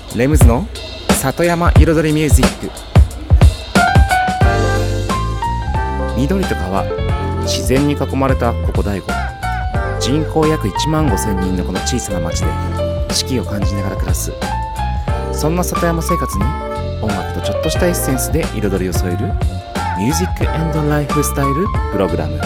レムズの里山彩りミュージック。緑と川、自然に囲まれたここ大子。人口約1万5,000人のこの小さな町で四季を感じながら暮らす。そんな里山生活に音楽とちょっとしたエッセンスで彩りを添えるミュージック&ライフスタイルプログラム。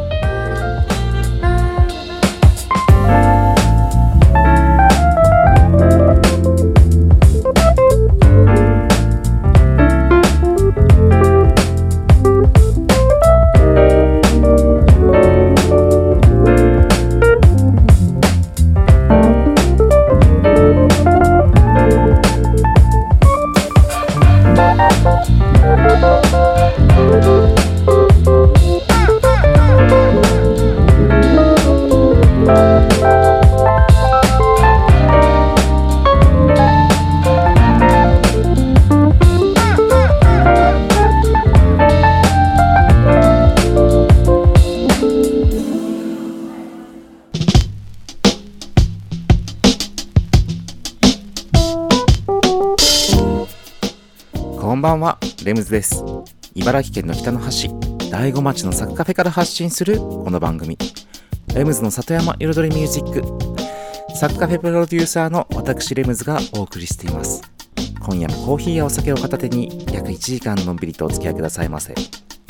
こんばんは、レムズです。茨城県の北の端、大子町のサクカフェから発信するこの番組、レムズの里山彩りミュージック。サクカフェプロデューサーの私レムズがお送りしています。今夜もコーヒーやお酒を片手に約1時間のんびりとお付き合いくださいませ。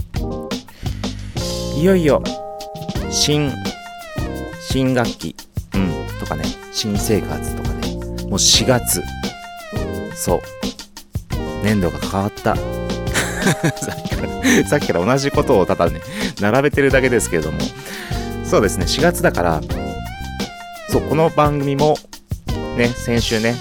いよいよ新学期、とかね、新生活とかね、もう4月、そう年度が変わったさっきから同じことをただね並べてるだけですけれども、そうですね、4月だから、そう、この番組もね、先週ね、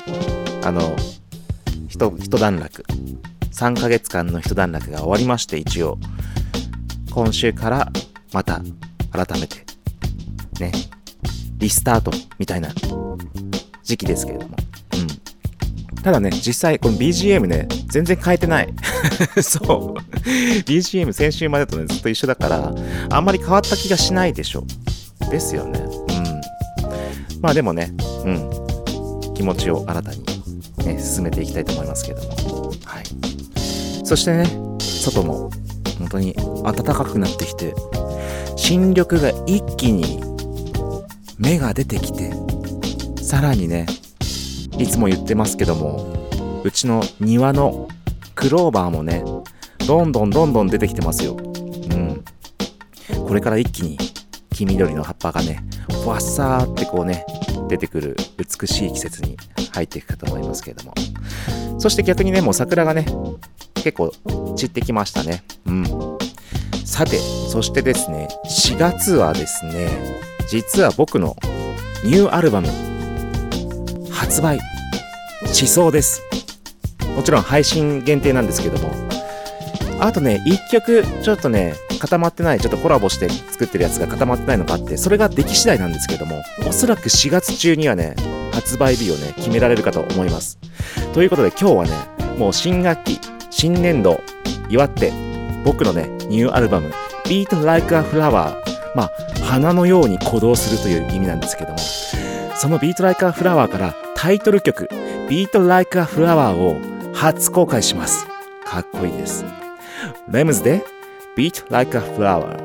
一段落、3ヶ月間の一段落が終わりまして、一応今週からまた改めてね、リスタートみたいな時期ですけれども、ただね、実際この BGM ね、全然変えてないそうBGM 先週までとねずっと一緒だから、あんまり変わった気がしないでしょですよね。まあでもね、気持ちを新たにね進めていきたいと思いますけれども、はい。そしてね、外も本当に暖かくなってきて、新緑が一気に芽が出てきて、さらにね、いつも言ってますけども、うちの庭のクローバーもね、どんどん出てきてますよ。これから一気に黄緑の葉っぱがね、わっさーってこうね、出てくる美しい季節に入っていくかと思いますけれども、そして逆にね、もう桜がね、結構散ってきましたね。さて、そしてですね、4月はですね、実は僕のニューアルバム発売しそうです。もちろん配信限定なんですけども、あとね、1曲ちょっとね固まってない、ちょっとコラボして作ってるやつが固まってないのがあって、それが出来次第なんですけども、おそらく4月中にはね発売日をね決められるかと思います。ということで今日はね、もう新学期新年度祝って僕のねニューアルバム Beat Like a Flower、 花のように鼓動するという意味なんですけども、その Beat Like a Flower からタイトル曲 Beat Like a Flower を初公開します。かっこいいです。レムズで Beat Like a Flower。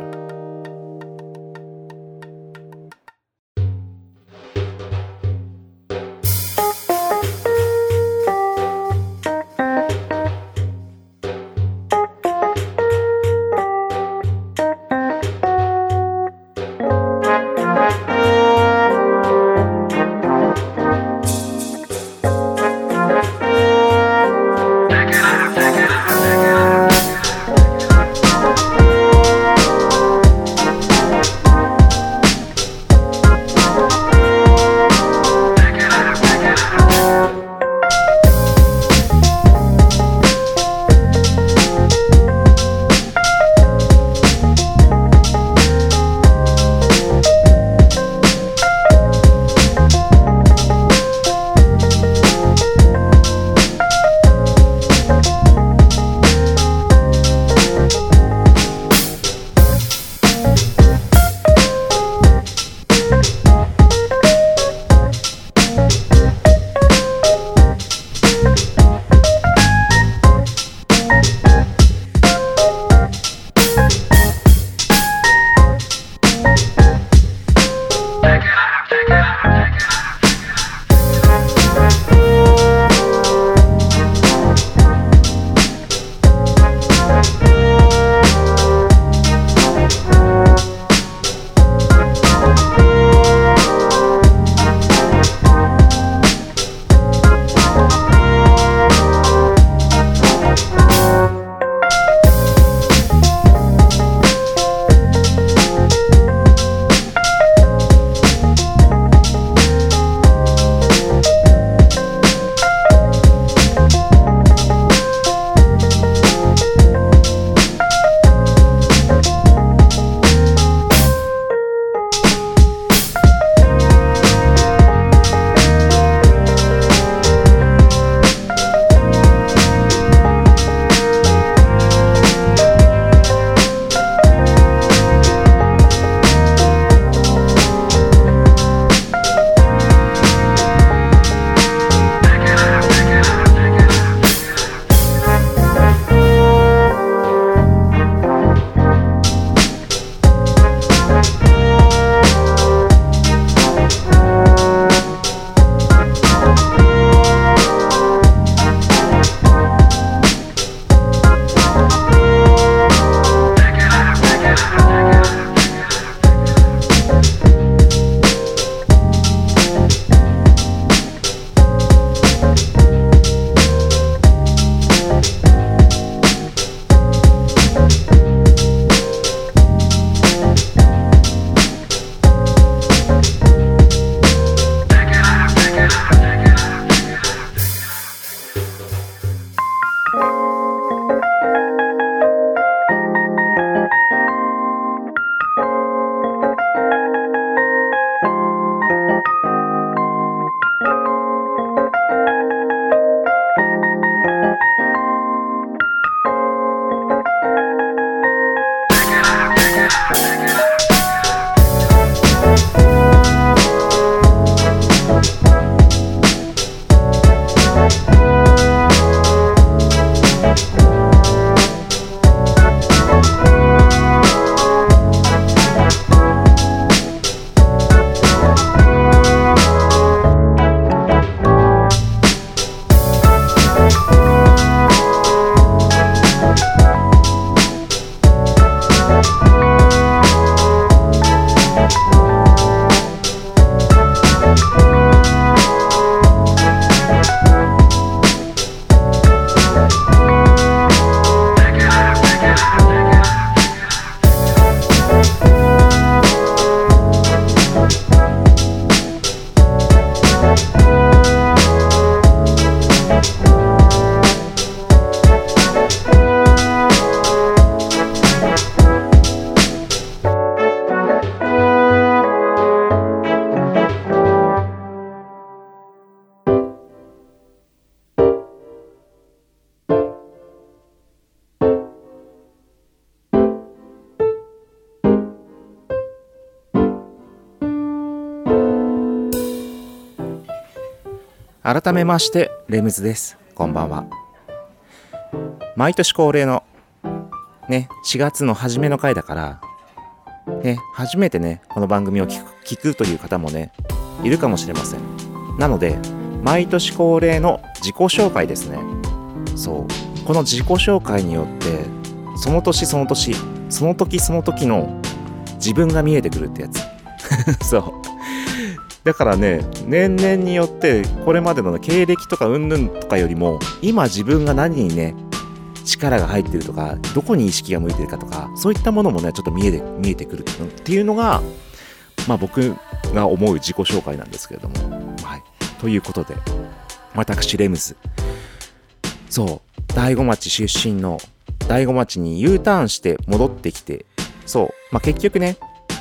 改めましてレムズです。こんばんは。毎年恒例のね、4月の初めの回だからね、初めてねこの番組を聞くという方もねいるかもしれません。なので毎年恒例の自己紹介ですね。そう、この自己紹介によってその年その年その時その時の自分が見えてくるってやつそうだからね、年々によってこれまでの、ね、経歴とか云々とかよりも今自分が何にね力が入ってるとか、どこに意識が向いてるかとか、そういったものもねちょっと見えてくるっていうのが、まあ僕が思う自己紹介なんですけれども、はい、ということで私レムズ、そう大子町出身の大子町に U ターンして戻ってきて、そう、まあ結局ね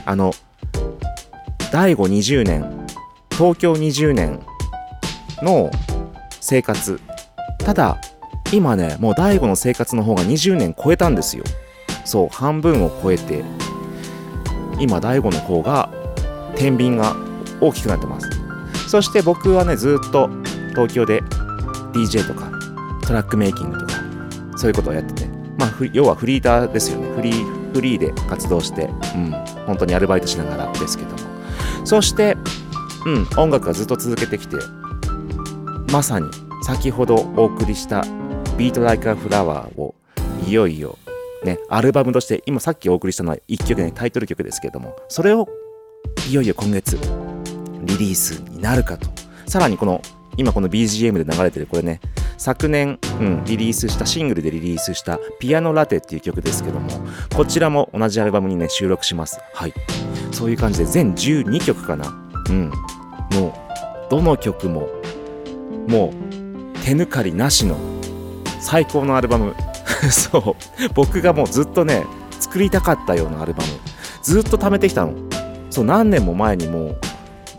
大子20年東京20年の生活、ただ今ねもう大子の生活の方が20年超えたんですよ。そう、半分を超えて今大子の方が天秤が大きくなってます。そして僕はねずっと東京で DJ とかトラックメイキングとかそういうことをやってて、まあ要はフリーターですよね。フリーで活動して、本当にアルバイトしながらですけども、そして音楽はずっと続けてきて、まさに先ほどお送りしたBeat Like a Flower をいよいよねアルバムとして、今さっきお送りしたのは1曲ね、タイトル曲ですけども、それをいよいよ今月リリースになるかと。さらに今この BGM で流れてるこれね、昨年、リリースしたシングルでリリースしたピアノラテっていう曲ですけども、こちらも同じアルバムにね収録します。はい、そういう感じで全12曲かな。もうどの曲ももう手抜かりなしの最高のアルバムそう僕がもうずっとね作りたかったようなアルバム、ずっと貯めてきたの。そう、何年も前にもうThe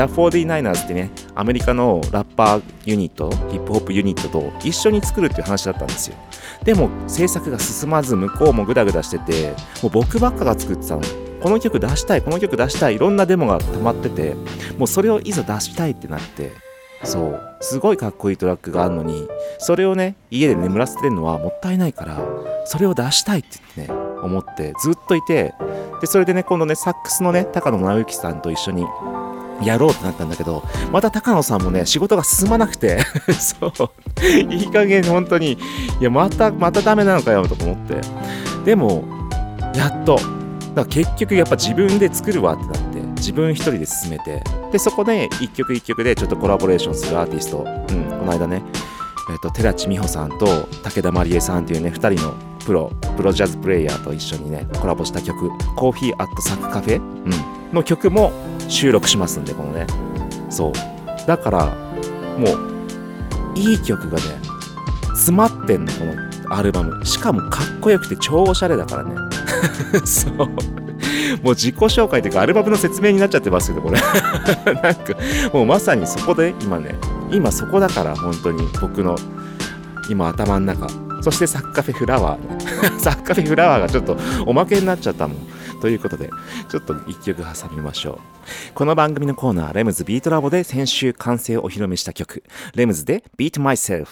49ers ってねアメリカのラッパーユニット、ヒップホップユニットと一緒に作るっていう話だったんですよ。でも制作が進まず、向こうもグダグダしてて、もう僕ばっかが作ってたの。この曲出したい、この曲出したい、いろんなデモが溜まってて、もうそれをいざ出したいってなって、そうすごいかっこいいトラックがあるのに、それをね家で眠らせてるのはもったいないから、それを出したいってね思ってずっといて、でそれでね今度ねサックスのね高野直之さんと一緒にやろうってなったんだけど、また高野さんもね仕事が進まなくてそういい加減本当に、いやまたダメなのかよと思って、でもやっとだから結局やっぱ自分で作るわってなって、自分一人で進めて、でそこで一曲一曲でちょっとコラボレーションするアーティスト、この間ね寺地美穂さんと武田まりえさんっていうね2人のプロジャズプレイヤーと一緒にねコラボした曲、コーヒーアットサクカフェ、の曲も収録しますんで、このね、そうだからもういい曲がね詰まってんのこのアルバム。しかもかっこよくて超おしゃれだからねそうもう自己紹介というかアルバムの説明になっちゃってますけどこれなんかもうまさにそこで今そこだから、本当に僕の今頭の中。そしてサッカフェフラワーサッカフェフラワーがちょっとおまけになっちゃったもんということで、ちょっと一曲挟みましょう。この番組のコーナーレムズビートラボで先週完成をお披露目した曲、レムズで Beat Myself。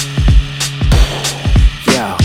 Yo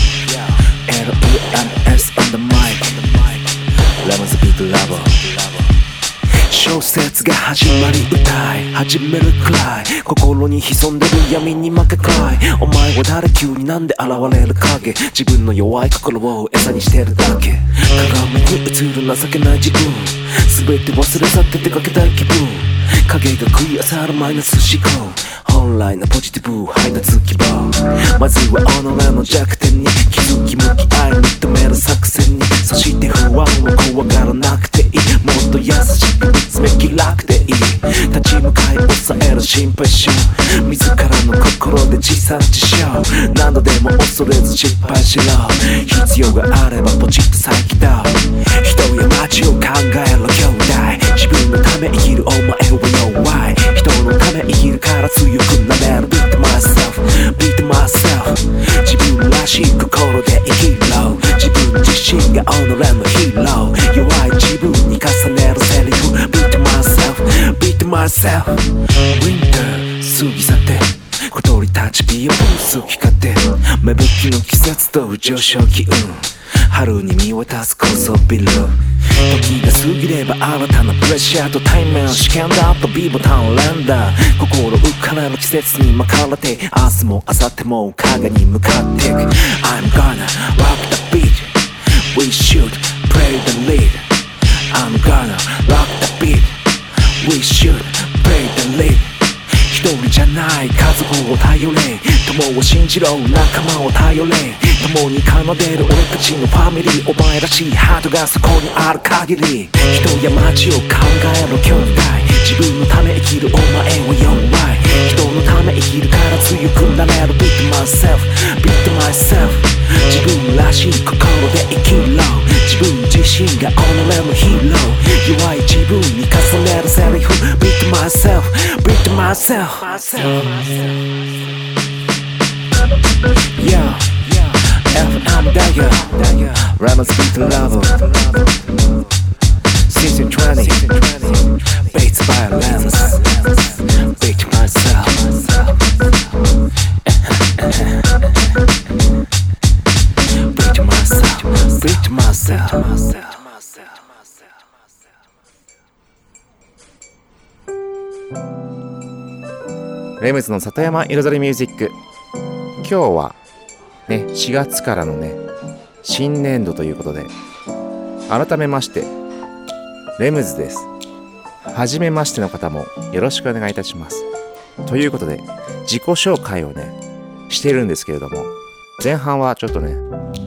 LEMS on the mic、 レムズビートラボ。小説が始まり歌い始めるくらい、心に潜んでる闇に負けかい。お前は誰、急になんで現れる影、自分の弱い心を餌にしてるだけ。鏡に映る情けない自分、全て忘れ去って出かけたい気分。影が食い漁るマイナス思考、本来のポジティブ配達希望。まずは己の弱点に気づき向き合い認める作戦に、そして不安を怖がらなくていい、もっと優しく見つめき楽でいい。立ち向かい抑える心配性、自らの心で自殺自傷。何度でも恐れず失敗しろ、必要があればポチッと再起動。人や街を考えろ兄弟、自分のため生きるお前は弱い。人のため生きるから強くなれる。 Beat myself Beat myself、 自分らしい心で生きろ。自分自身が己のヒーロー、弱い自分に重ねるセリフ。 Beat myself Beat myself。 Winter 過ぎ去って小鳥たちビーブルス光って芽吹きの季節と上昇気運春に見渡す高層ビル時が過ぎれば新たなプレッシャーと対面試験だと B ボタンを連打心浮かれる季節に巻かれて明日も明後日も影に向かっていく I'm gonna rock the beat We should play the lead I'm gonna rock the beat We should play the lead一人じゃない家族を頼れ友を信じろ仲間を頼れ共に奏でる俺たちのファミリーお前らしいハートがそこにある限り人や街を考える兄弟自分のため生きるお前は弱い人のため生きるから強くなれる Beat myself Beat myself 自分らしい心で生きろ自分自身が己のヒーロー弱い自分に重ねるセリフ Beat myself Beat myself Yeah FM Dagger Ramos Beat Lover Season 20 Beats by Ramos Beat myself Beat myself Beat myself レムズの里山彩りミュージック。今日はね4月からのね新年度ということで改めましてレムズです。初めましての方もよろしくお願いいたします。ということで自己紹介をねしてるんですけれども前半はちょっとね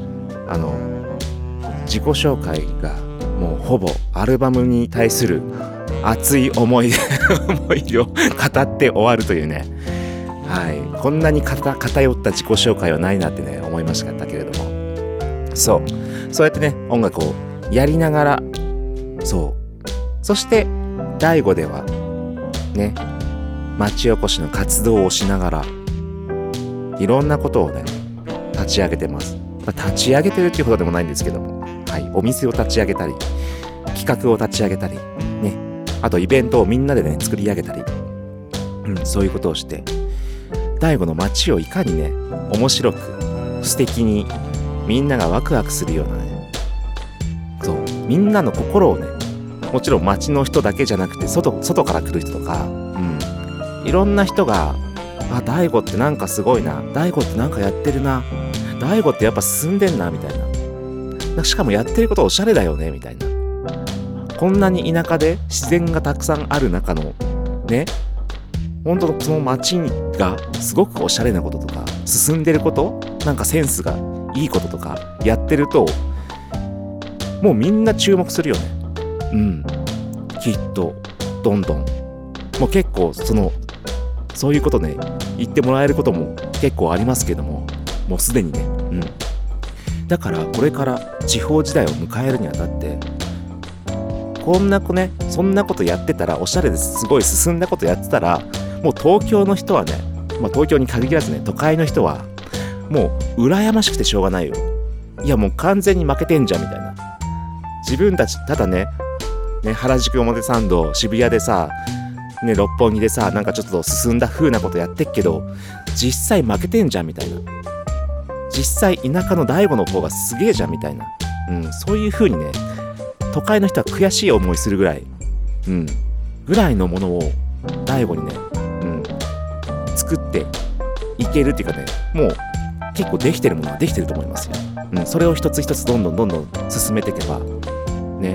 自己紹介がもうほぼアルバムに対する熱い思いを語って終わるというね、はい、こんなに偏った自己紹介はないなってね思いましたけれどもそうやってね音楽をやりながらそして第5ではね町おこしの活動をしながらいろんなことをね立ち上げてます。立ち上げてるっていうことでもないんですけども、はい、お店を立ち上げたり企画を立ち上げたりねあとイベントをみんなでね作り上げたり、そういうことをして第5の街をいかにね面白く素敵にみんながワクワクするようなねみんなの心をねもちろん街の人だけじゃなくて外から来る人とか、いろんな人が第5ってなんかすごいな第5ってなんかやってるな第5ってやっぱ進んでんなみたいなしかもやってることおしゃれだよねみたいなこんなに田舎で自然がたくさんある中のね本当のその街がすごくおしゃれなこととか進んでることなんかセンスがいいこととかやってるともうみんな注目するよね。きっとどんどんもう結構そういうことね言ってもらえることも結構ありますけどももうすでにね、だからこれから地方時代を迎えるにあたってこんな子ねそんなことやってたらおしゃれですごい進んだことやってたらもう東京の人はね、東京に限らずね都会の人はもう羨ましくてしょうがないよ。いやもう完全に負けてんじゃんみたいな自分たちただね原宿表参道渋谷でさ六本木でさなんかちょっと進んだ風なことやってっけど実際負けてんじゃんみたいな実際田舎の第5の方がすげえじゃんみたいな、そういう風にね都会の人は悔しい思いするぐらい、ぐらいのものを第5にね、作っていけるっていうかねもう結構できてるものはできてると思いますよ。それを一つ一つどんどん進めていけばね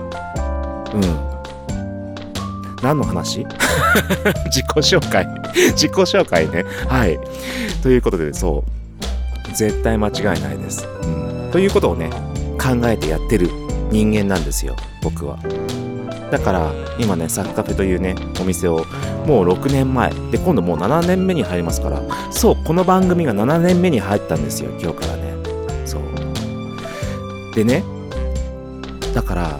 何の話自己紹介ねはいということで絶対間違いないです、ということをね考えてやってる人間なんですよ僕は。だから今ねサッカフェというねお店をもう6年前で今度もう7年目に入りますからこの番組が7年目に入ったんですよ今日からね。でねだから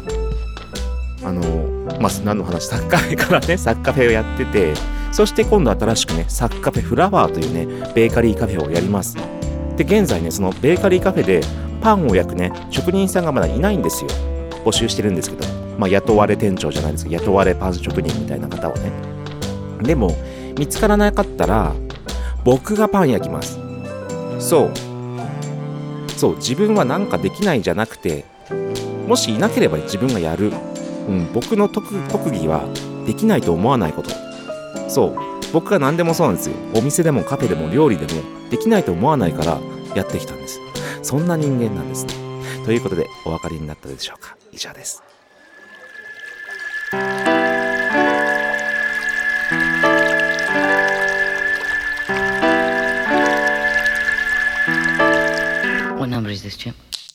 何の話サッカフェからねサッカフェをやっててそして今度新しくねサッカフェフラワーというねベーカリーカフェをやります。で現在ねそのベーカリーカフェでパンを焼くね職人さんがまだいないんですよ。募集してるんですけど雇われ店長じゃないですけど雇われパン職人みたいな方をね。でも見つからなかったら僕がパン焼きます。そう自分はなんかできないじゃなくて、もしいなければ自分がやる、僕の特技はできないと思わないこと。僕が何でもそうなんですよ。お店でもカフェでも料理でもできないと思わないからやってきたんです。そんな人間なんですね。ということでお分かりになったでしょうか。以上です。 What number is this, Jim?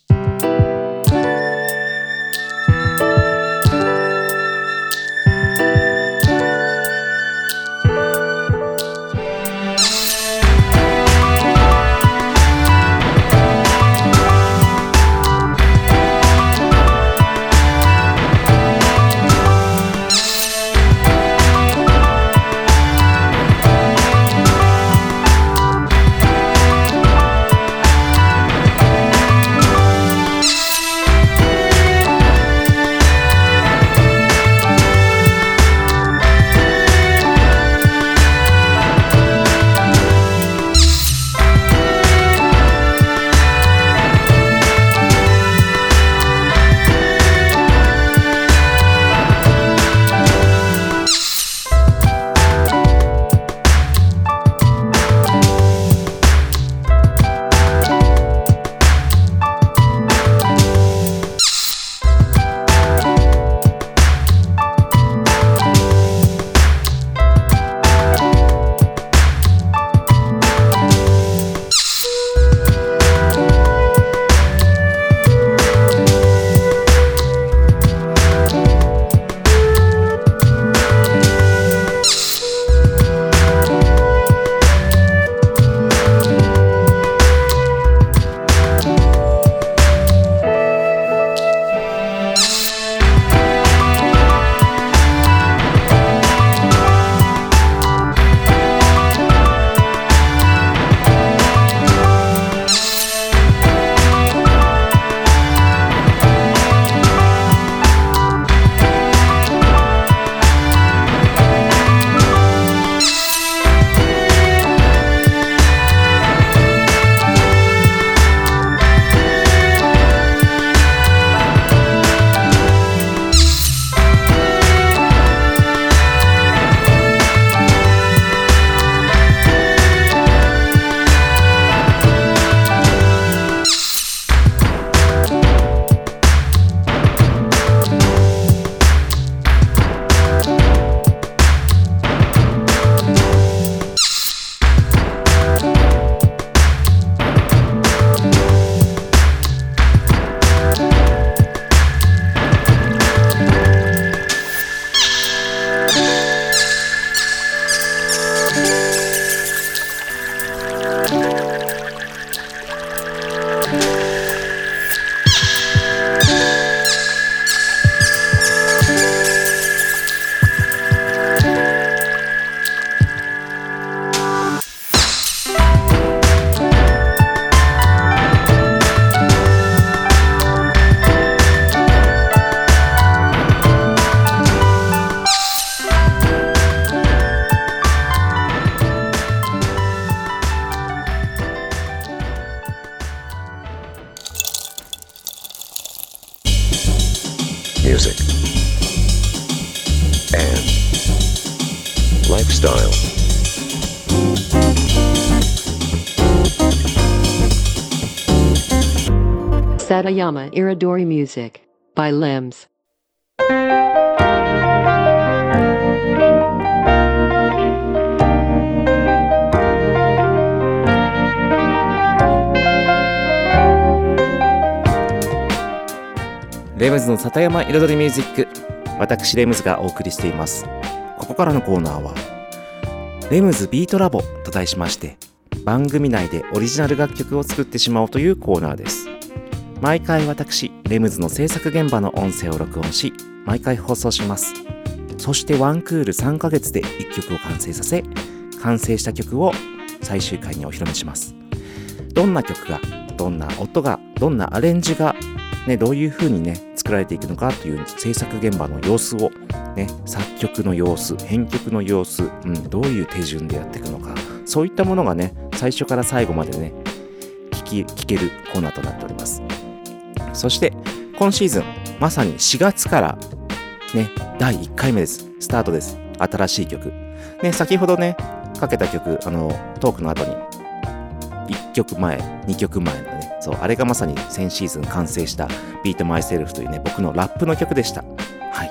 music, and lifestyle. Satayama Iridori Music by Limbs. レムズの里山彩りミュージック、私レムズがお送りしています。ここからのコーナーはレムズビートラボと題しまして、番組内でオリジナル楽曲を作ってしまおうというコーナーです。毎回私レムズの制作現場の音声を録音し、毎回放送します。そしてワンクール3ヶ月で1曲を完成させ、完成した曲を最終回にお披露目します。どんな曲が、どんな音が、どんなアレンジがね、どういう風にね作られていくのかという制作現場の様子をね、作曲の様子、編曲の様子、どういう手順でやっていくのか、そういったものがね、最初から最後までね、聞けるコーナーとなっております。そして今シーズンまさに4月からね、第1回目です。スタートです。新しい曲ね、先ほどねかけた曲、トークの後に1曲前2曲前のね、そうあれがまさに先シーズン完成した Beat Myself というね、僕のラップの曲でした。はい、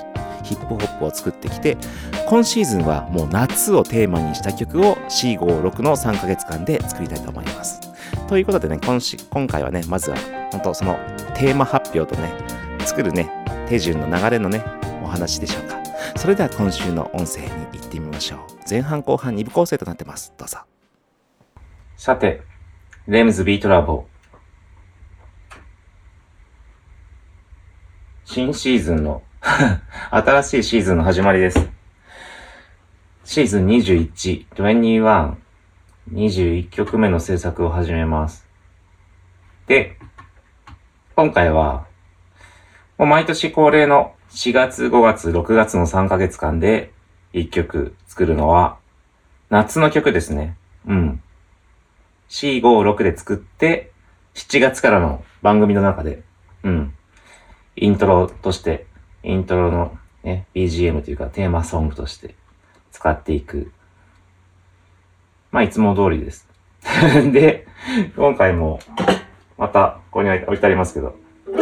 ヒップホップを作ってきて、今シーズンはもう夏をテーマにした曲を 456 の3ヶ月間で作りたいと思います。ということでね、今回はね、まずは本当そのテーマ発表とね、作るね手順の流れのねお話でしょうか。それでは今週の音声に行ってみましょう。前半後半2部構成となってます。どうぞ。さて、レムズビートラボ新シーズンの新しいシーズンの始まりです。シーズン21、21、21曲目の制作を始めます。で、今回はもう毎年恒例の4月、5月、6月の3ヶ月間で1曲作るのは夏の曲ですね。4、5、6で作って7月からの番組の中で、イントロとして、イントロのね、BGM というかテーマソングとして使っていく。まあいつも通りです。で、今回もまたここに置いてありますけど、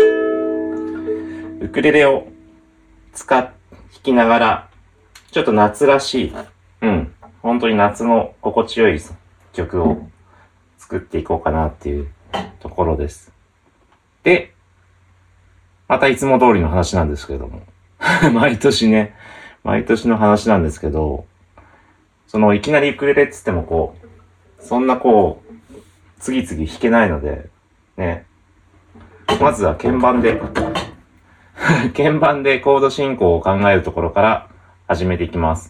ウクレレを弾きながら、ちょっと夏らしい、本当に夏の心地よい曲を作っていこうかなっていうところです。で、またいつも通りの話なんですけれども、毎年の話なんですけど、いきなりウクレレっつってもそんな次々弾けないので、ね、まずは鍵盤でコード進行を考えるところから始めていきます。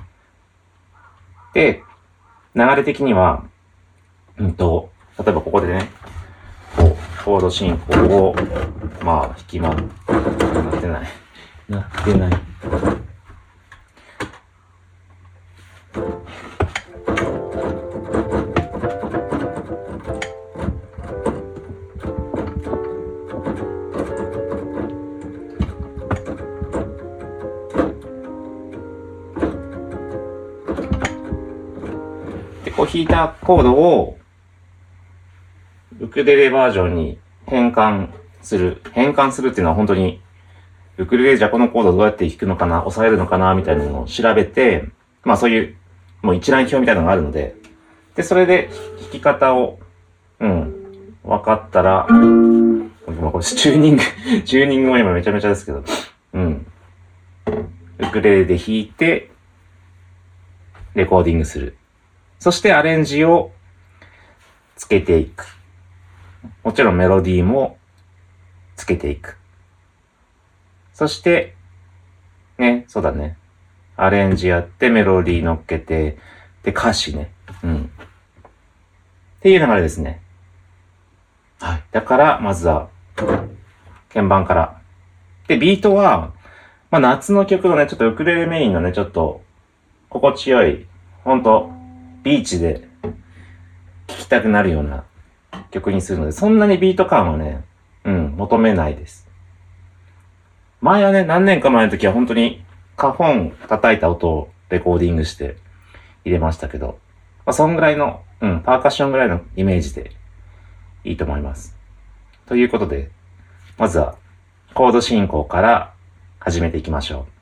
で、流れ的には、例えばここでね、コード進行を、弾きなってない。弾いたコードをウクレレバージョンに変換するっていうのは本当にウクレレじゃこのコードどうやって弾くのかな、押さえるのかなみたいなのを調べて、そういうもう一覧表みたいなのがあるので、でそれで弾き方を分かったら、これチューニングも今めちゃめちゃですけど、ウクレレで弾いてレコーディングする。そしてアレンジをつけていく。もちろんメロディーもつけていく。そして、そうだね。アレンジやってメロディー乗っけて、で、歌詞ね。っていう流れですね。はい。だから、まずは、鍵盤から。で、ビートは、夏の曲のね、ちょっとウクレレメインのね、ちょっと、心地よい、ほんと、ビーチで聴きたくなるような曲にするので、そんなにビート感はね、求めないです。前はね、何年か前の時は本当にカホン叩いた音をレコーディングして入れましたけど、そんぐらいの、パーカッションぐらいのイメージでいいと思います。ということで、まずはコード進行から始めていきましょう。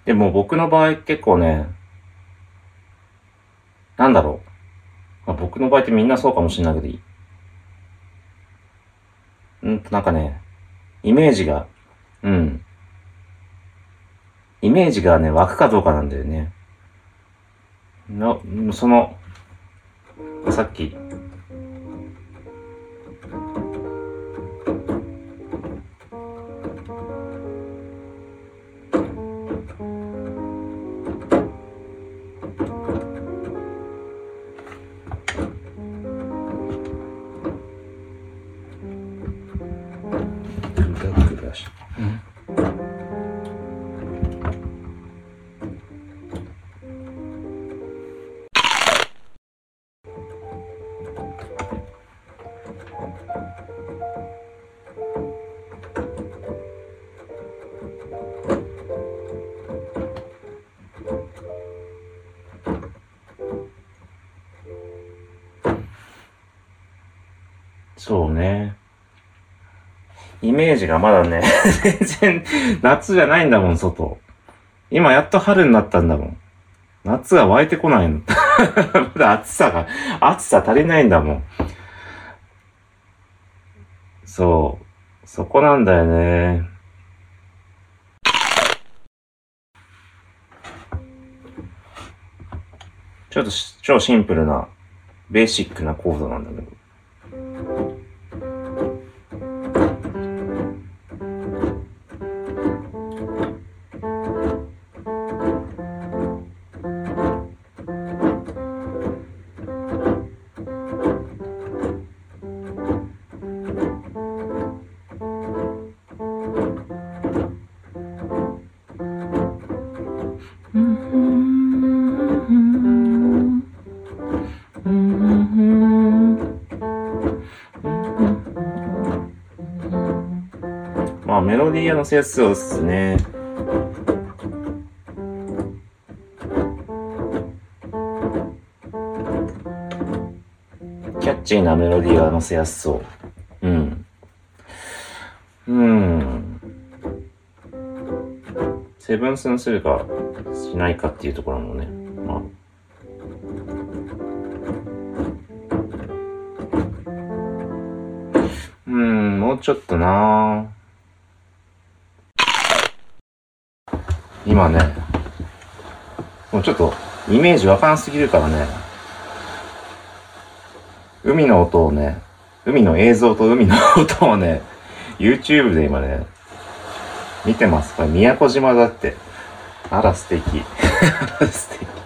でも僕の場合結構ね、なんだろう。僕の場合ってみんなそうかもしれないけどいい。なんかね、イメージがね、湧くかどうかなんだよね。さっき、そうね。イメージがまだね、全然夏じゃないんだもん、外。今やっと春になったんだもん。夏が湧いてこないの。まだ暑さ足りないんだもん。そう。そこなんだよね。ちょっと超シンプルな、ベーシックなコードなんだけど。まあメロディーは乗せやすそうですね。キャッチーなメロディーは乗せやすそう。セブンスにするかしないかっていうところもね。まあもうちょっとな今ね、もうちょっとイメージわからんすぎるからね、海の音をね、海の映像と海の音をね、YouTube で今ね、見てます。これ宮古島だって。あら素敵。あら素敵。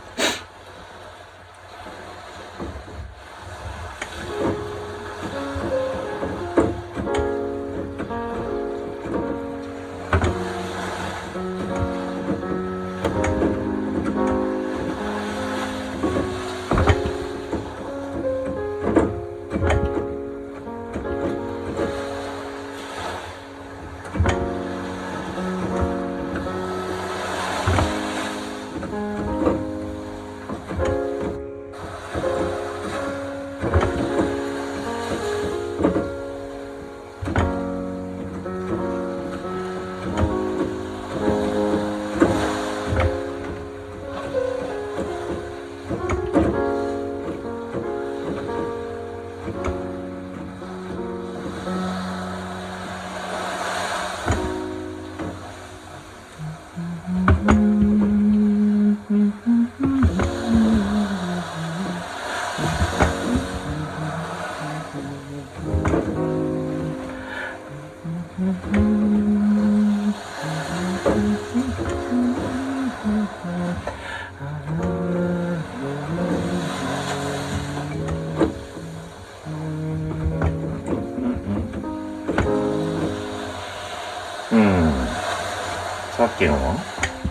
さっきのは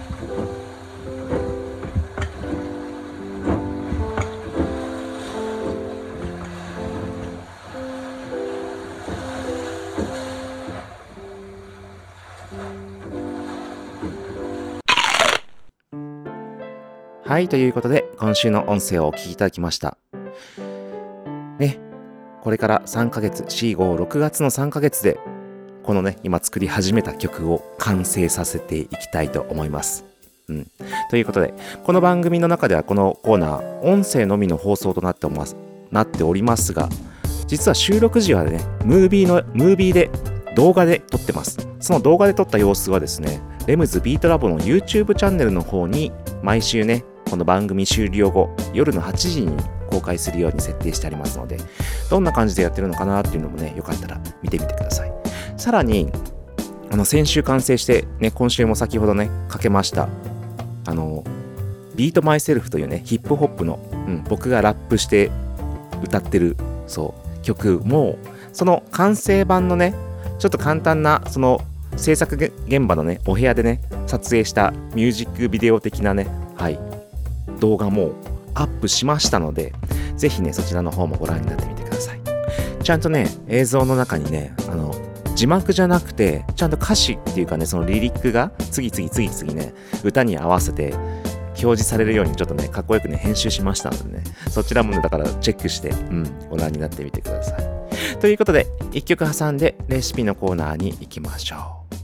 はい、ということで今週の音声をお聞きいただきましたね。これから3ヶ月、4、5、6月の3ヶ月でこのね、今作り始めた曲を完成させていきたいと思います。 ということで、この番組の中ではこのコーナー、音声のみの放送となっておりますが、実は収録時はね、ムービーで動画で撮ってます。その動画で撮った様子はですね、レムズビートラボの YouTube チャンネルの方に毎週ね、この番組終了後、夜の8時に公開するように設定してありますので、どんな感じでやってるのかなっていうのもね、よかったら見てみてください。さらに、先週完成して、ね、今週も先ほどね、かけました、ビートマイセルフというね、ヒップホップの、僕がラップして歌ってる、曲も、その完成版のね、ちょっと簡単な、その制作現場のね、お部屋でね、撮影したミュージックビデオ的なね、動画もアップしましたので、ぜひね、そちらの方もご覧になってみてください。ちゃんとね、映像の中にね、字幕じゃなくて、ちゃんと歌詞っていうかね、そのリリックが次々ね、歌に合わせて表示されるようにちょっとね、かっこよくね、編集しましたのでね、そちらもね、だからチェックして、ご覧になってみてください。ということで、一曲挟んでレシピのコーナーに行きましょう。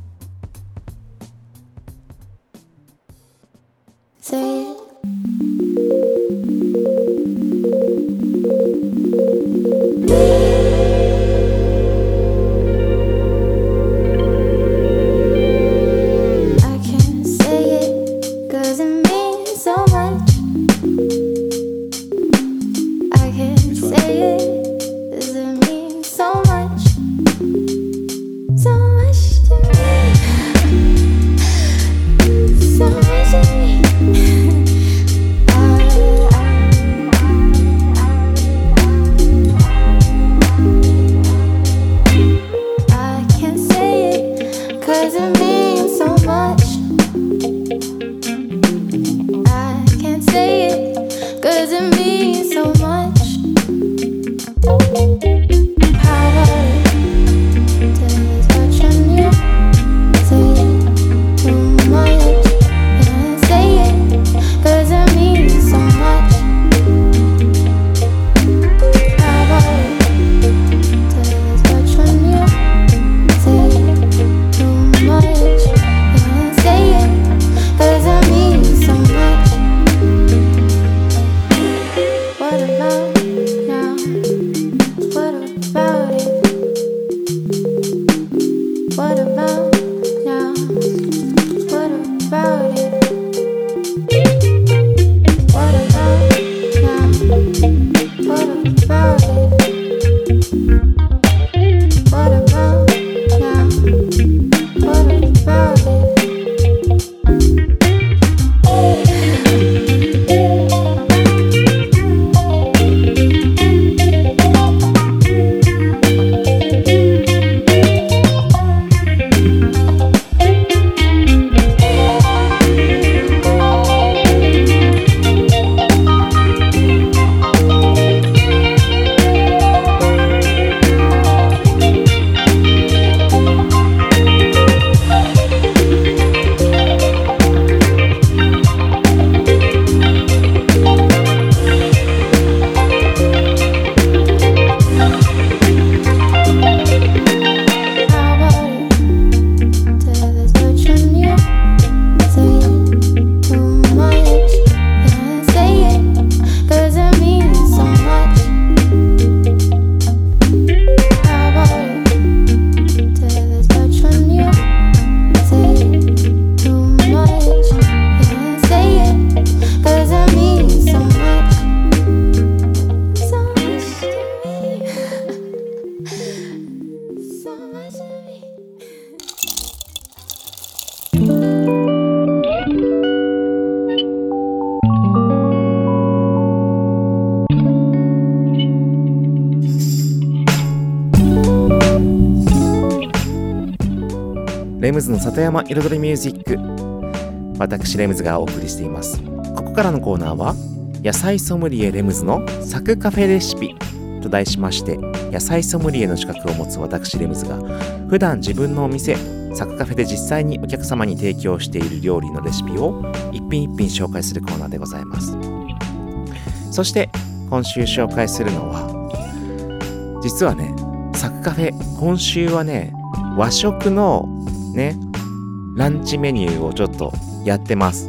レムズの里山彩りミュージック、私レムズがお送りしています。ここからのコーナーは野菜ソムリエレムズのサクカフェレシピと題しまして、野菜ソムリエの資格を持つ私レムズが普段自分のお店サクカフェで実際にお客様に提供している料理のレシピを一品一品紹介するコーナーでございます。そして今週紹介するのは、実はね、サクカフェ今週はね、和食のねランチメニューをちょっとやってます。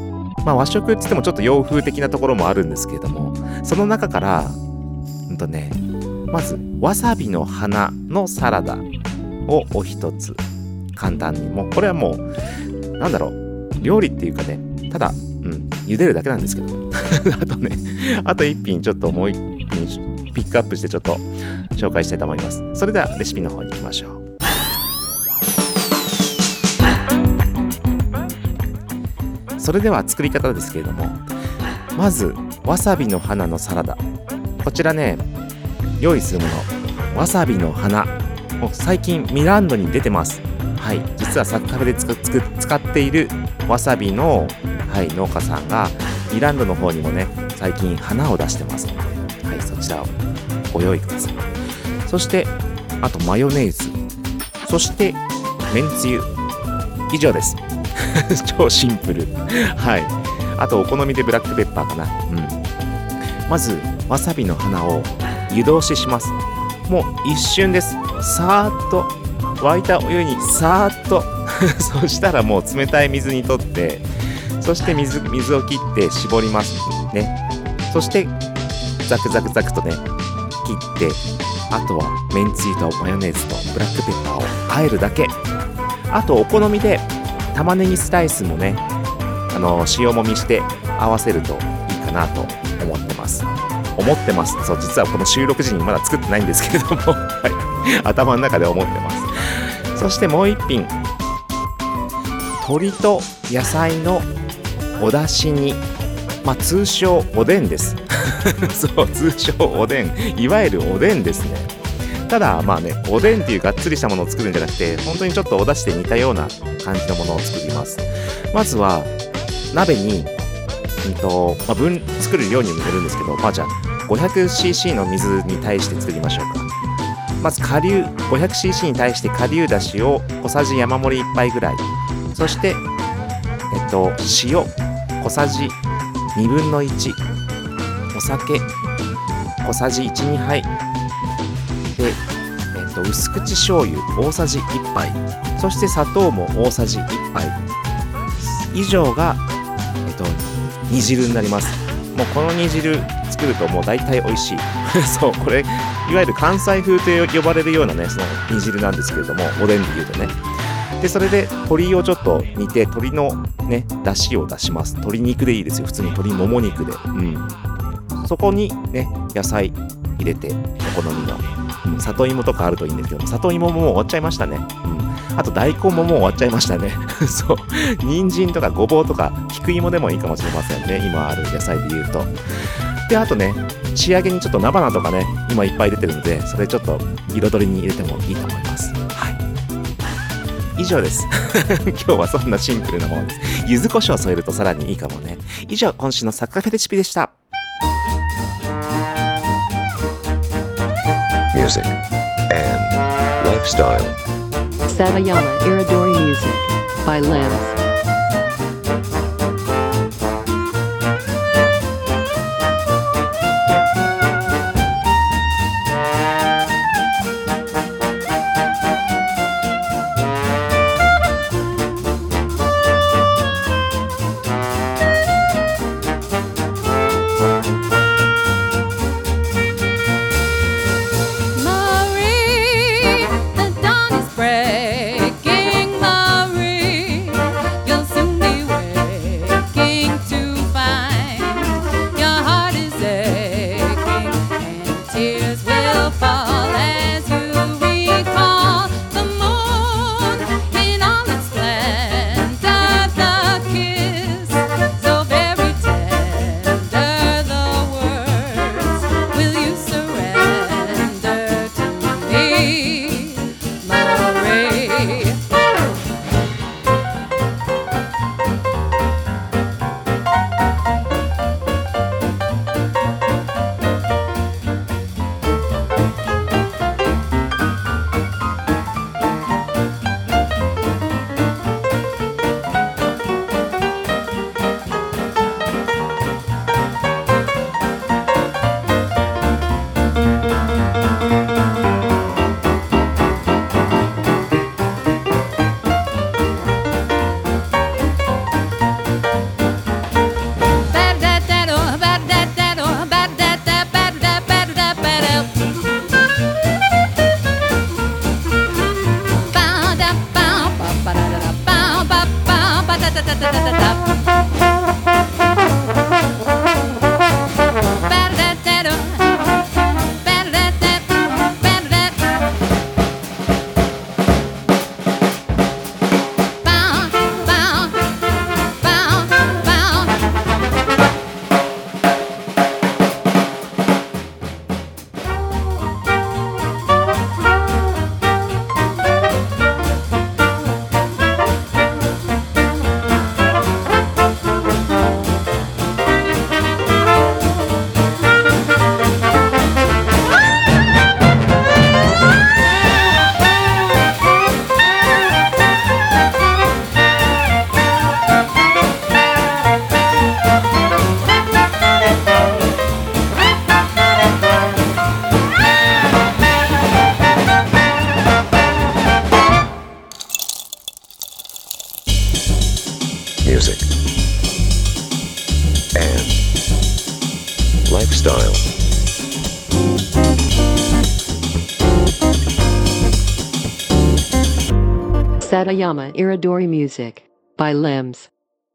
和食って言ってもちょっと洋風的なところもあるんですけれども、その中からまずわさびの花のサラダをお一つ簡単に、もうこれはもうなんだろう、料理っていうかね、ただ茹でるだけなんですけどあと一品ちょっともう一品ピックアップしてちょっと紹介したいと思います。それではレシピの方に行きましょう。それでは作り方ですけれども、まずわさびの花のサラダ、こちらね、用意するもの、わさびの花、もう最近ミランドに出てます。はい、実はサッカフェで使っているわさびの、農家さんがミランドの方にもね最近花を出してますので、そちらをご用意ください。そしてあとマヨネーズ、そしてめんつゆ、以上です超シンプル。あとお好みでブラックペッパーかな。まずわさびの花を湯通しします。もう一瞬です。さーっと沸いたお湯にさーっとそしたらもう冷たい水にとって、そして水を切って絞りますね。そしてザクザクザクとね切って、あとはめんつゆとマヨネーズとブラックペッパーを和えるだけ。あとお好みで玉ねぎスライスもね塩もみして合わせるといいかなと思ってます。そう、実はこの収録時にまだ作ってないんですけれども頭の中で思ってます。そしてもう一品、鶏と野菜のお出汁に、通称おでんですそう通称おでん、いわゆるおでんですね。ただおでんっていうがっつりしたものを作るんじゃなくて、本当にちょっとお出汁で似たような感じのものを作ります。まずは鍋に作る量にもよるんですけど、じゃあ 500cc の水に対して作りましょうか。まず顆粒 500cc に対して顆粒だしを小さじ山盛り1杯ぐらい、そして塩小さじ2分の1、お酒小さじ 1,2 杯で、薄口醤油大さじ1杯、そして砂糖も大さじ1杯以上が、煮汁になります。もうこの煮汁作るともう大体美味しいそう、これいわゆる関西風と呼ばれるようなね、その煮汁なんですけれども、おでんでいうとね。でそれで鶏をちょっと煮て、鶏のね出汁を出します。鶏肉でいいですよ、普通に鶏もも肉で。そこにね野菜入れて、お好みの、里芋とかあるといいんですけど、里芋ももう終わっちゃいましたね。あと大根ももう終わっちゃいましたねそう、人参とかごぼうとか菊芋でもいいかもしれませんね、今ある野菜で言うと。であとね、仕上げにちょっと菜花とかね今いっぱい出てるので、それちょっと彩りに入れてもいいと思います。以上です今日はそんなシンプルなものです。柚子胡椒を添えるとさらにいいかもね。以上、今週のサッカフェレシピでした。 Music and lifestyle. Satayama Iridori Music by Limbs. Marie, the dawn is breaking, Marie. Music and lifestyle. Satayama Iridori Music by Limbs.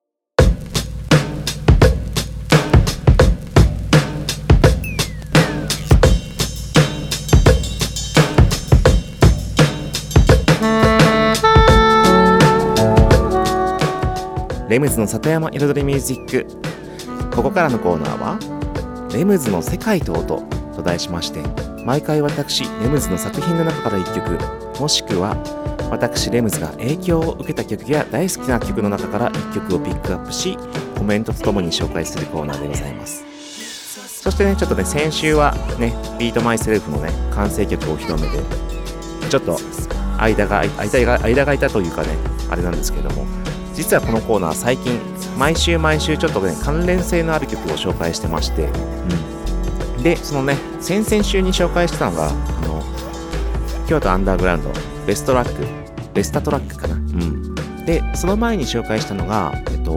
レムズの里山彩りミュージック。ここからのコーナーはレムズの世界と音と題しまして、毎回私レムズの作品の中から1曲、もしくは私レムズが影響を受けた曲や大好きな曲の中から1曲をピックアップし、コメントとともに紹介するコーナーでございます。そしてね、ちょっとね、先週はね、ビートマイセルフのね、完成曲を広めて、ちょっと間が空いたというかね、あれなんですけれども、実はこのコーナー最近毎週ちょっとね、関連性のある曲を紹介してまして、でそのね、先々週に紹介したのが京都アンダーグラウンドベスタトラックかな。でその前に紹介したのが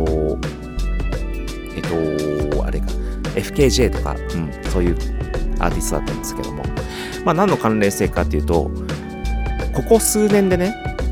あれか FKJ とか、そういうアーティストだったんですけども、まあ何の関連性かっていうと、ここ数年で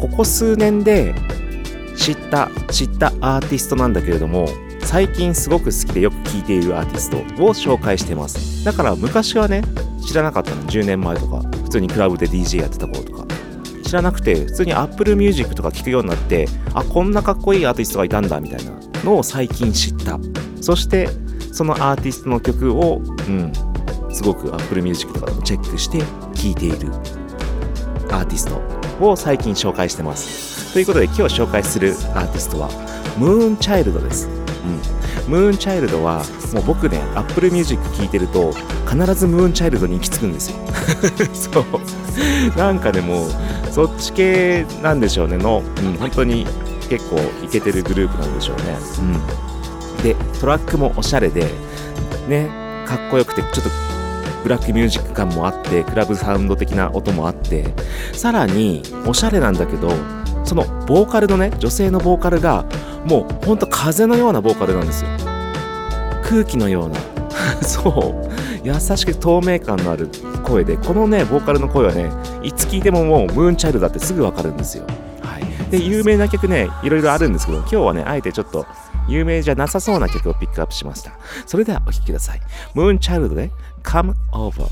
知ったアーティストなんだけれども、最近すごく好きでよく聴いているアーティストを紹介してます。だから昔はね、知らなかったの。10年前とか普通にクラブで DJ やってた頃とか知らなくて、普通に Apple Music とか聴くようになって、あ、こんなかっこいいアーティストがいたんだみたいなのを最近知った。そしてそのアーティストの曲をすごく Apple Music とかでもチェックして聴いているアーティストを最近紹介してます。ということで今日紹介するアーティストはムーンチャイルドです。ムーンチャイルドはもう僕ね、Apple Music 聴いてると必ずムーンチャイルドに行き着くんですよ。そうなんかね、もうそっち系なんでしょうねの、本当に結構イケてるグループなんでしょうね。でトラックもおしゃれでね、かっこよくてちょっとブラックミュージック感もあって、クラブサウンド的な音もあって、さらにおしゃれなんだけど、そのボーカルのね、女性のボーカルがもうほんと風のようなボーカルなんですよ。空気のようなそう優しく透明感のある声で、このねボーカルの声はね、いつ聴いてももうムーンチャイルドだってすぐわかるんですよ。で有名な曲ね、いろいろあるんですけど、今日はねあえてちょっと有名じゃなさそうな曲をピックアップしました。それではお聴きください。ムーンチャイルドで Come Over。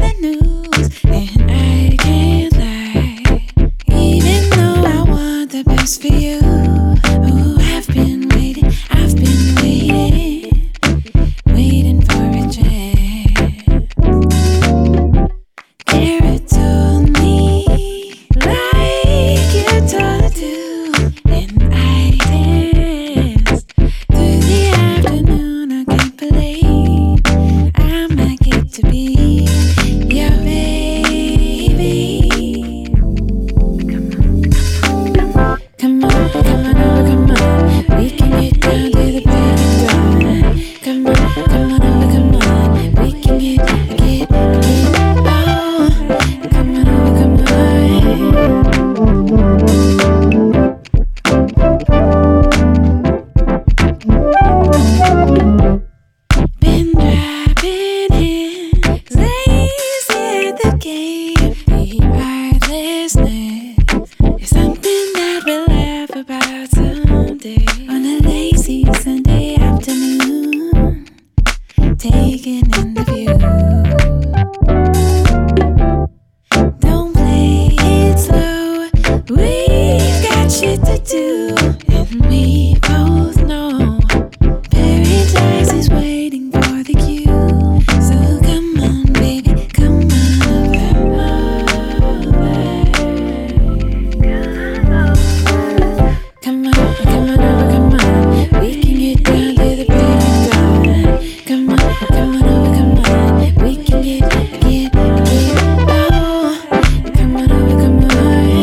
The taking in the view. Don't play it slow, we've got shit to do, and we both know paradise is waiting for the cue. So come on, baby, come on over. Come on, come on over, come on. We can get down to the break of dawn. Come on, come on over, come on. We can get oh. Come on over, come on.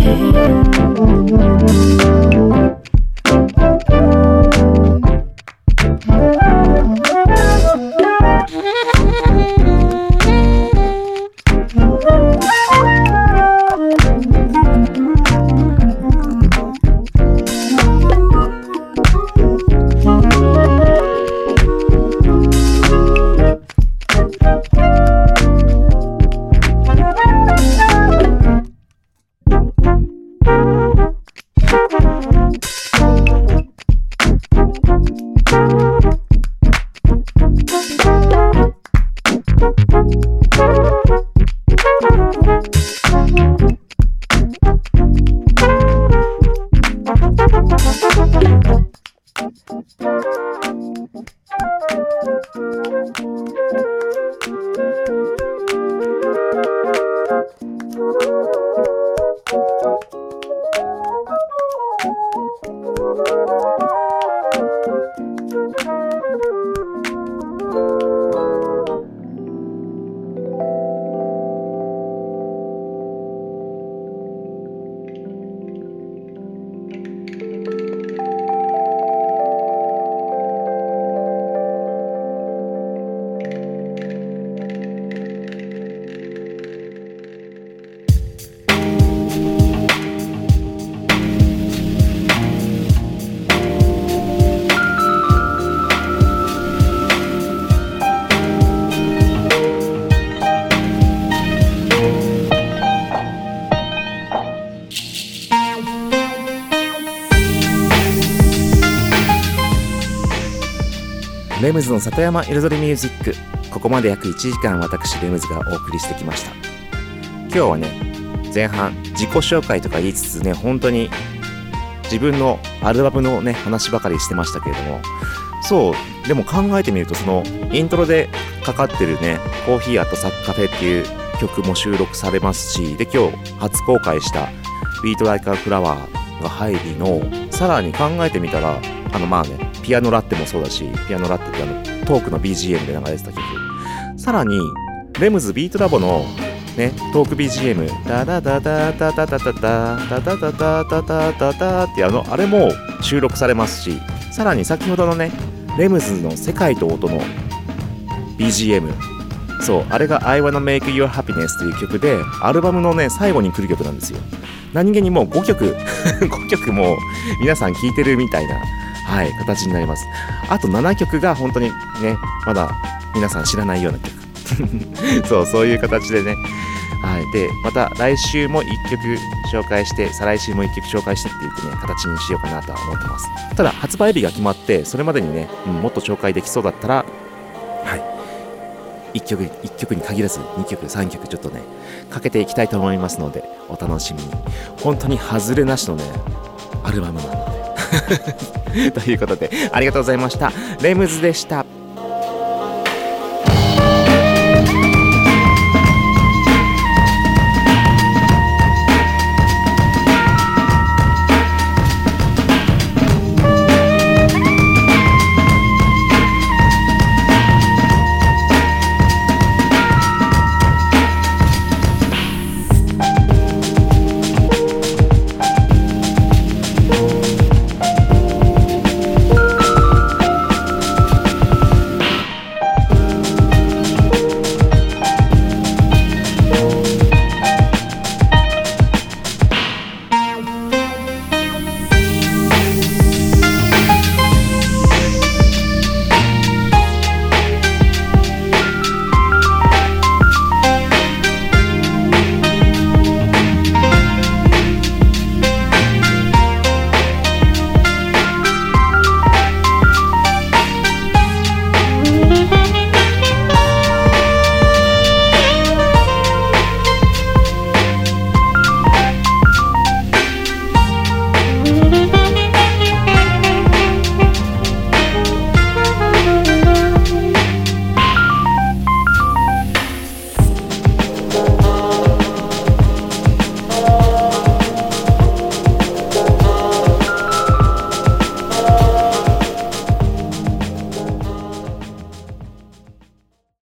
レムズの里山彩りミュージック、ここまで約1時間私レムズがお送りしてきました。今日はね、前半自己紹介とか言いつつね、本当に自分のアルバムのね話ばかりしてましたけれども、そうでも考えてみると、そのイントロでかかってるねコーヒーアットサッカフェっていう曲も収録されますし、で今日初公開したビートライカーフラワーが入りの、さらに考えてみたらまあね、ピアノラッテもそうだし、ピアノラッテってトークの BGM で流れてた曲、さらにレムズビートラボのねトーク BGM ダダダダダダダダダダダダダダダダダってあれも収録されますし、さらに先ほどのねレムズの世界と音の BGM、 そうあれが I Wanna Make Your Happiness という曲で、アルバムのね最後に来る曲なんですよ。何気にもう5曲5曲も皆さん聴いてるみたいな、はい、形になります。あと7曲が本当にねまだ皆さん知らないような曲そういう形でね、はい、でまた来週も1曲紹介して、再来週も1曲紹介してっていうね形にしようかなとは思ってます。ただ発売日が決まって、それまでにね、もっと紹介できそうだったら、はい、1曲に限らず2曲3曲ちょっとねかけていきたいと思いますので、お楽しみに。本当に外れなしのねアルバムなのでということでありがとうございました。レムズでした。